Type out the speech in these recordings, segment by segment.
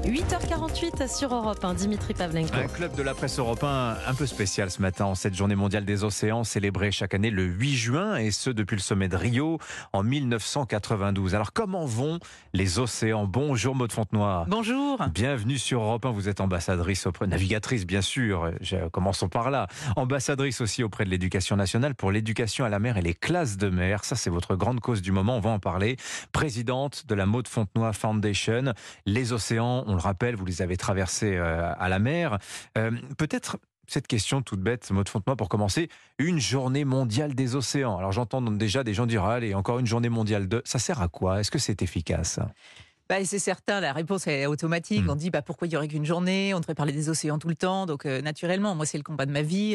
8h48 sur Europe 1, Dimitri Pavlenko. Un club de la presse européen un peu spécial ce matin en cette journée mondiale des océans célébrée chaque année le 8 juin et ce depuis le sommet de Rio en 1992. Alors comment vont les océans? Bonjour Maude Fontenoy. Bonjour. Bienvenue sur Europe 1, vous êtes ambassadrice navigatrice bien sûr, commençons par là. Ambassadrice aussi auprès de l'éducation nationale pour l'éducation à la mer et les classes de mer. Ça c'est votre grande cause du moment, on va en parler. Présidente de la Maude Fontenoy Foundation. Les océans, on le rappelle, vous les avez traversés à la mer. Peut-être cette question toute bête, Maude Fontenoy, pour commencer, une journée mondiale des océans. Alors j'entends déjà des gens dire, allez, encore une journée mondiale ça sert à quoi? Est-ce que c'est efficace? C'est certain, la réponse est automatique. On dit pourquoi il n'y aurait qu'une journée? On devrait parler des océans tout le temps. Donc naturellement, moi c'est le combat de ma vie.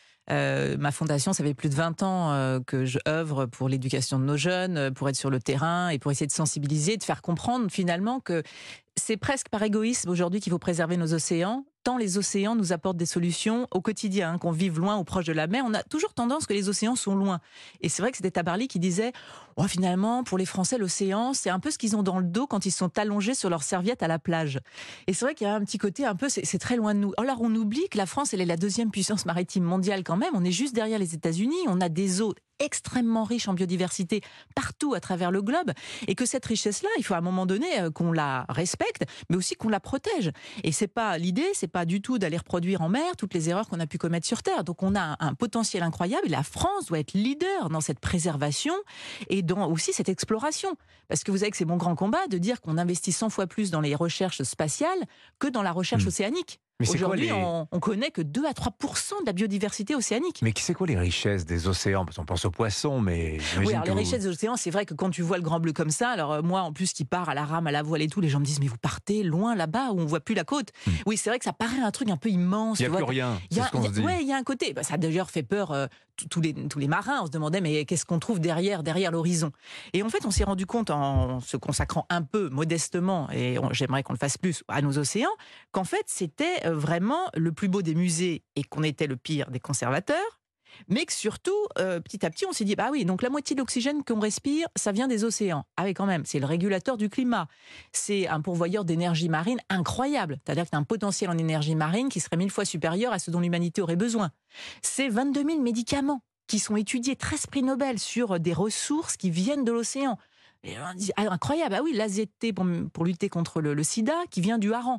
Ma fondation, ça fait plus de 20 ans que je œuvre pour l'éducation de nos jeunes, pour être sur le terrain et pour essayer de sensibiliser, de faire comprendre finalement que c'est presque par égoïsme aujourd'hui qu'il faut préserver nos océans, tant les océans nous apportent des solutions au quotidien, qu'on vive loin ou proche de la mer. On a toujours tendance que les océans sont loin. Et c'est vrai que c'était Tabarly qui disait finalement, pour les Français, l'océan, c'est un peu ce qu'ils ont dans le dos quand ils sont allongés sur leur serviette à la plage. Et c'est vrai qu'il y a un petit côté un peu, c'est très loin de nous. Alors on oublie que la France, elle est la deuxième puissance maritime mondiale quand même. On est juste derrière les États-Unis. On a des eaux extrêmement riches en biodiversité partout à travers le globe, et que cette richesse-là, il faut à un moment donné qu'on la respecte, mais aussi qu'on la protège. Et l'idée, c'est pas du tout d'aller reproduire en mer toutes les erreurs qu'on a pu commettre sur Terre. Donc on a un potentiel incroyable, et la France doit être leader dans cette préservation et dans aussi cette exploration. Parce que vous savez que c'est mon grand combat de dire qu'on investit 100 fois plus dans les recherches spatiales que dans la recherche océanique. Mais aujourd'hui, on connaît que 2 à 3% de la biodiversité océanique. Mais c'est quoi les richesses des océans? Parce qu'on pense aux poissons, mais... Oui, alors les richesses des océans, c'est vrai que quand tu vois le grand bleu comme ça, alors moi, en plus, qui part à la rame, à la voile et tout, les gens me disent, mais vous partez loin là-bas où on voit plus la côte. Oui, c'est vrai que ça paraît un truc un peu immense. Il n'y a plus rien, c'est ce qu'on se dit. Oui, il y a un côté. Ça a d'ailleurs fait peur tous les marins. On se demandait, mais qu'est-ce qu'on trouve derrière l'horizon? Et en fait, on s'est rendu compte, en se consacrant un peu modestement, et j'aimerais qu'on le fasse plus, à nos océans, qu'en fait, c'était vraiment le plus beau des musées et qu'on était le pire des conservateurs, mais que surtout, petit à petit, on s'est dit, oui, donc la moitié de l'oxygène qu'on respire, ça vient des océans. Ah oui, quand même, c'est le régulateur du climat. C'est un pourvoyeur d'énergie marine incroyable. C'est-à-dire que tu as un potentiel en énergie marine qui serait 1000 fois supérieur à ce dont l'humanité aurait besoin. C'est 22 000 médicaments qui sont étudiés, 13 prix Nobel, sur des ressources qui viennent de l'océan. Et on dit, incroyable, oui, l'AZT pour lutter contre le sida, qui vient du hareng.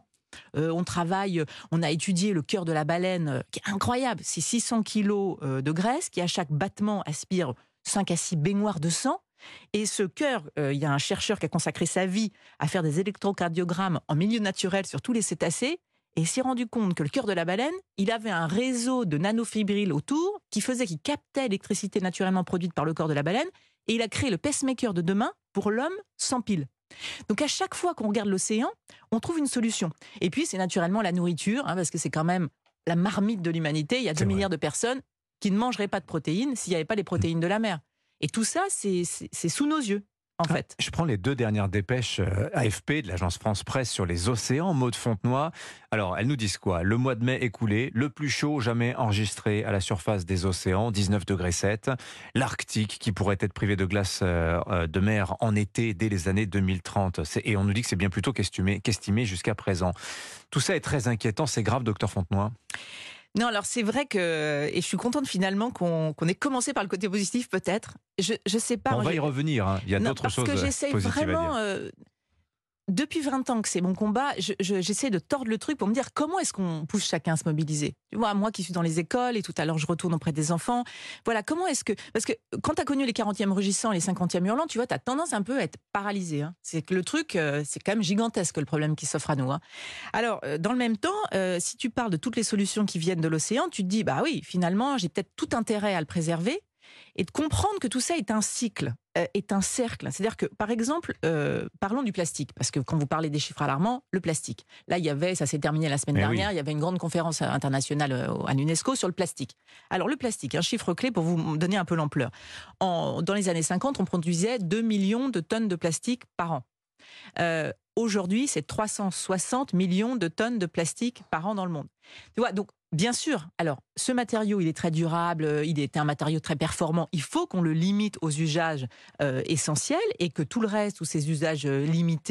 On a étudié le cœur de la baleine, qui est incroyable. C'est 600 kilos de graisse qui, à chaque battement, aspire 5 à 6 baignoires de sang. Et ce cœur, il y a un chercheur qui a consacré sa vie à faire des électrocardiogrammes en milieu naturel sur tous les cétacés. Et il s'est rendu compte que le cœur de la baleine, il avait un réseau de nanofibrilles autour qu'il captait l'électricité naturellement produite par le corps de la baleine. Et il a créé le pacemaker de demain pour l'homme sans pile. Donc à chaque fois qu'on regarde l'océan, on trouve une solution. Et puis c'est naturellement la nourriture, parce que c'est quand même la marmite de l'humanité. Il y a 2 milliards de personnes qui ne mangeraient pas de protéines s'il n'y avait pas les protéines de la mer. Et tout ça, c'est sous nos yeux. En fait. Je prends les 2 dernières dépêches AFP de l'agence France Presse sur les océans, Maude Fontenoy. Alors, elles nous disent quoi? Le mois de mai écoulé, le plus chaud jamais enregistré à la surface des océans, 19,7 degrés. L'Arctique qui pourrait être privé de glace de mer en été dès les années 2030. Et on nous dit que c'est bien plus tôt qu'estimé jusqu'à présent. Tout ça est très inquiétant, c'est grave, docteur Fontenoy? Non, alors c'est vrai que, et je suis contente finalement qu'on ait commencé par le côté positif peut-être. Je sais pas. On va y revenir, il y a d'autres choses parce que j'essaie vraiment, depuis 20 ans que c'est mon combat, j'essaie de tordre le truc pour me dire comment est-ce qu'on pousse chacun à se mobiliser. Tu vois, moi qui suis dans les écoles et tout à l'heure je retourne auprès des enfants, voilà, comment est-ce que... Parce que quand tu as connu les 40e rugissants, les 50e hurlants, tu vois, tu as tendance un peu à être paralysé. C'est que le truc, c'est quand même gigantesque le problème qui s'offre à nous. Alors, dans le même temps, si tu parles de toutes les solutions qui viennent de l'océan, tu te dis, oui, finalement, j'ai peut-être tout intérêt à le préserver et de comprendre que tout ça est un cycle, est un cercle. C'est-à-dire que, par exemple, parlons du plastique, parce que quand vous parlez des chiffres alarmants, le plastique. Là, ça s'est terminé la semaine dernière, il y avait une grande conférence internationale à l'UNESCO sur le plastique. Alors, le plastique, un chiffre clé pour vous donner un peu l'ampleur. Dans les années 50, on produisait 2 millions de tonnes de plastique par an. Aujourd'hui, c'est 360 millions de tonnes de plastique par an dans le monde. Tu vois, donc, bien sûr, alors, ce matériau, il est très durable, il est un matériau très performant. Il faut qu'on le limite aux usages essentiels et que tout le reste, tous ces usages limités,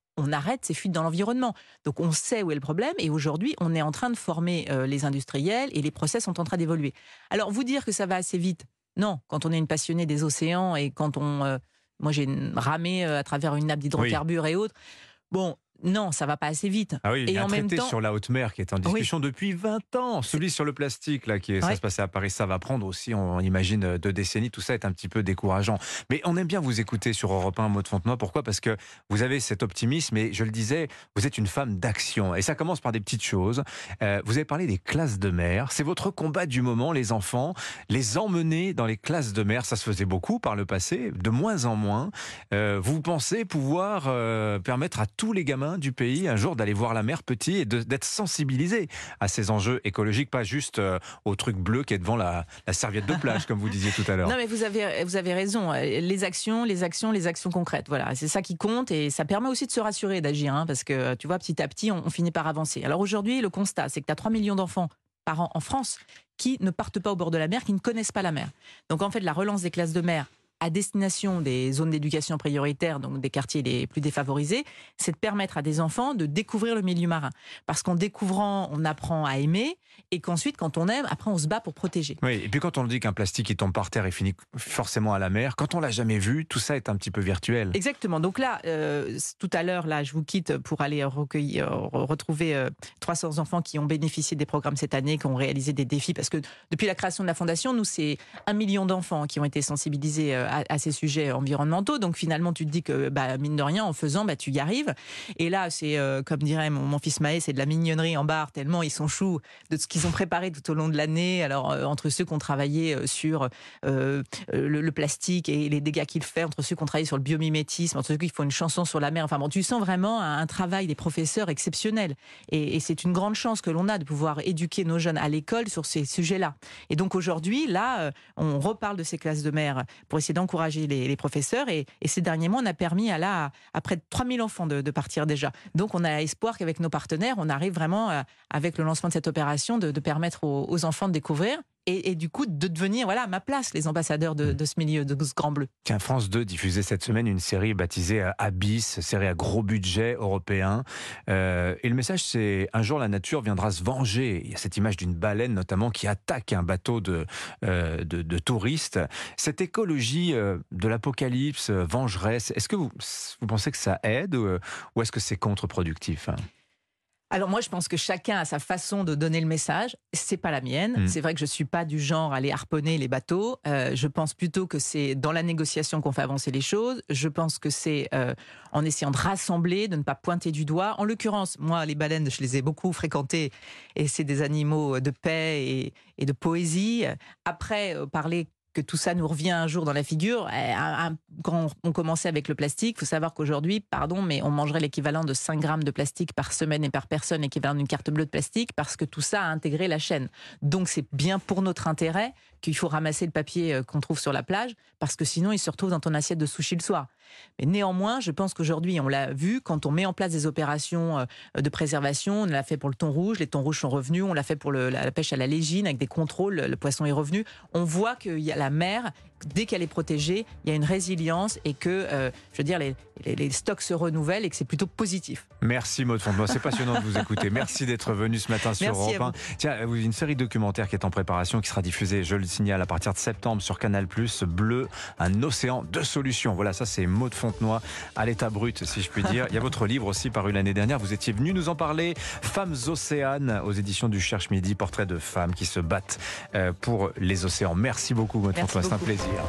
on arrête ces fuites dans l'environnement. Donc on sait où est le problème et aujourd'hui on est en train de former les industriels et les process sont en train d'évoluer. Alors vous dire que ça va assez vite, non. Quand on est une passionnée des océans et quand moi j'ai ramé à travers une nappe d'hydrocarbures et autres, bon... Non, ça va pas assez vite. Ah oui, il y a et un en même traité temps, sur la haute mer qui est en discussion depuis 20 ans. Celui sur le plastique, là, ça se passait à Paris, ça va prendre aussi, on imagine, 2 décennies. Tout ça est un petit peu décourageant. Mais on aime bien vous écouter sur Europe 1, Maud Fontenoy. Pourquoi ? Parce que vous avez cet optimisme et je le disais, vous êtes une femme d'action. Et ça commence par des petites choses. Vous avez parlé des classes de mer. C'est votre combat du moment, les enfants. Les emmener dans les classes de mer, ça se faisait beaucoup par le passé, de moins en moins. Vous pensez pouvoir permettre à tous les gamins du pays un jour d'aller voir la mer petit et d'être sensibilisés à ces enjeux écologiques, pas juste au truc bleu qui est devant la serviette de plage, comme vous disiez tout à l'heure. Non, mais vous avez raison. Les actions concrètes. Voilà, c'est ça qui compte et ça permet aussi de se rassurer d'agir, hein, parce que tu vois, petit à petit, on finit par avancer. Alors aujourd'hui, le constat, c'est que tu as 3 millions d'enfants par an en France qui ne partent pas au bord de la mer, qui ne connaissent pas la mer. Donc en fait, la relance des classes de mer à destination des zones d'éducation prioritaire, donc des quartiers les plus défavorisés, c'est de permettre à des enfants de découvrir le milieu marin. Parce qu'en découvrant, on apprend à aimer, et qu'ensuite, quand on aime, après on se bat pour protéger. Oui, et puis quand on dit qu'un plastique qui tombe par terre et finit forcément à la mer, quand on l'a jamais vu, tout ça est un petit peu virtuel. Exactement. Donc là, tout à l'heure, là, je vous quitte pour aller retrouver 300 enfants qui ont bénéficié des programmes cette année, qui ont réalisé des défis, parce que depuis la création de la Fondation, nous, c'est 1 million d'enfants qui ont été sensibilisés à ces sujets environnementaux. Donc finalement, tu te dis que, mine de rien, en faisant, tu y arrives. Et là, c'est, comme dirait mon fils Maë, c'est de la mignonnerie en barre, tellement ils sont choux de ce qu'ils ont préparé tout au long de l'année. Alors, entre ceux qui ont travaillé sur le plastique et les dégâts qu'il fait, entre ceux qui ont travaillé sur le biomimétisme, entre ceux qui font une chanson sur la mer. Enfin bon, tu sens vraiment un travail des professeurs exceptionnel. Et c'est une grande chance que l'on a de pouvoir éduquer nos jeunes à l'école sur ces sujets-là. Et donc aujourd'hui, là, on reparle de ces classes de mer pour essayer d'encourager les professeurs. Et ces derniers mois, on a permis à près de 3000 enfants de partir déjà. Donc on a espoir qu'avec nos partenaires, on arrive vraiment, avec le lancement de cette opération, de permettre aux enfants de découvrir et du coup de devenir, voilà, à ma place, les ambassadeurs de ce milieu, de ce grand bleu. Tiens, France 2 diffusait cette semaine une série baptisée Abyss, série à gros budget européen. Et le message, c'est un jour la nature viendra se venger. Il y a cette image d'une baleine notamment qui attaque un bateau de touristes. Cette écologie de l'apocalypse vengeresse, est-ce que vous pensez que ça aide ou est-ce que c'est contre-productif, hein ? Alors moi, je pense que chacun a sa façon de donner le message. C'est pas la mienne. C'est vrai que je suis pas du genre à aller harponner les bateaux. Je pense plutôt que c'est dans la négociation qu'on fait avancer les choses. Je pense que c'est en essayant de rassembler, de ne pas pointer du doigt. En l'occurrence, moi, les baleines, je les ai beaucoup fréquentées et c'est des animaux de paix et de poésie. Après, parler que tout ça nous revient un jour dans la figure. Quand on commençait avec le plastique, il faut savoir qu'aujourd'hui, mais on mangerait l'équivalent de 5 grammes de plastique par semaine et par personne, équivalent d'une carte bleue de plastique, parce que tout ça a intégré la chaîne. Donc c'est bien pour notre intérêt qu'il faut ramasser le papier qu'on trouve sur la plage, parce que sinon il se retrouve dans ton assiette de sushi le soir. Mais néanmoins, je pense qu'aujourd'hui, on l'a vu, quand on met en place des opérations de préservation, on l'a fait pour le thon rouge, les thons rouges sont revenus, on l'a fait pour la pêche à la légine, avec des contrôles, le poisson est revenu. On voit qu'il y a la mer, dès qu'elle est protégée, il y a une résilience et que, les stocks se renouvellent et que c'est plutôt positif. Merci Maud Fontenoy, c'est passionnant de vous écouter. Merci d'être venu ce matin sur Europe 1. Tiens, une série documentaire qui est en préparation, qui sera diffusée, je le signale, à partir de septembre sur Canal+, Bleu, un océan de solutions. Voilà, ça c'est Maud Fontenoy à l'état brut, si je puis dire. Il y a votre livre aussi paru l'année dernière, vous étiez venu nous en parler, Femmes Océanes, aux éditions du Cherche Midi, portrait de femmes qui se battent pour les océans. Merci beaucoup Maud Fontenoy, c'est un plaisir.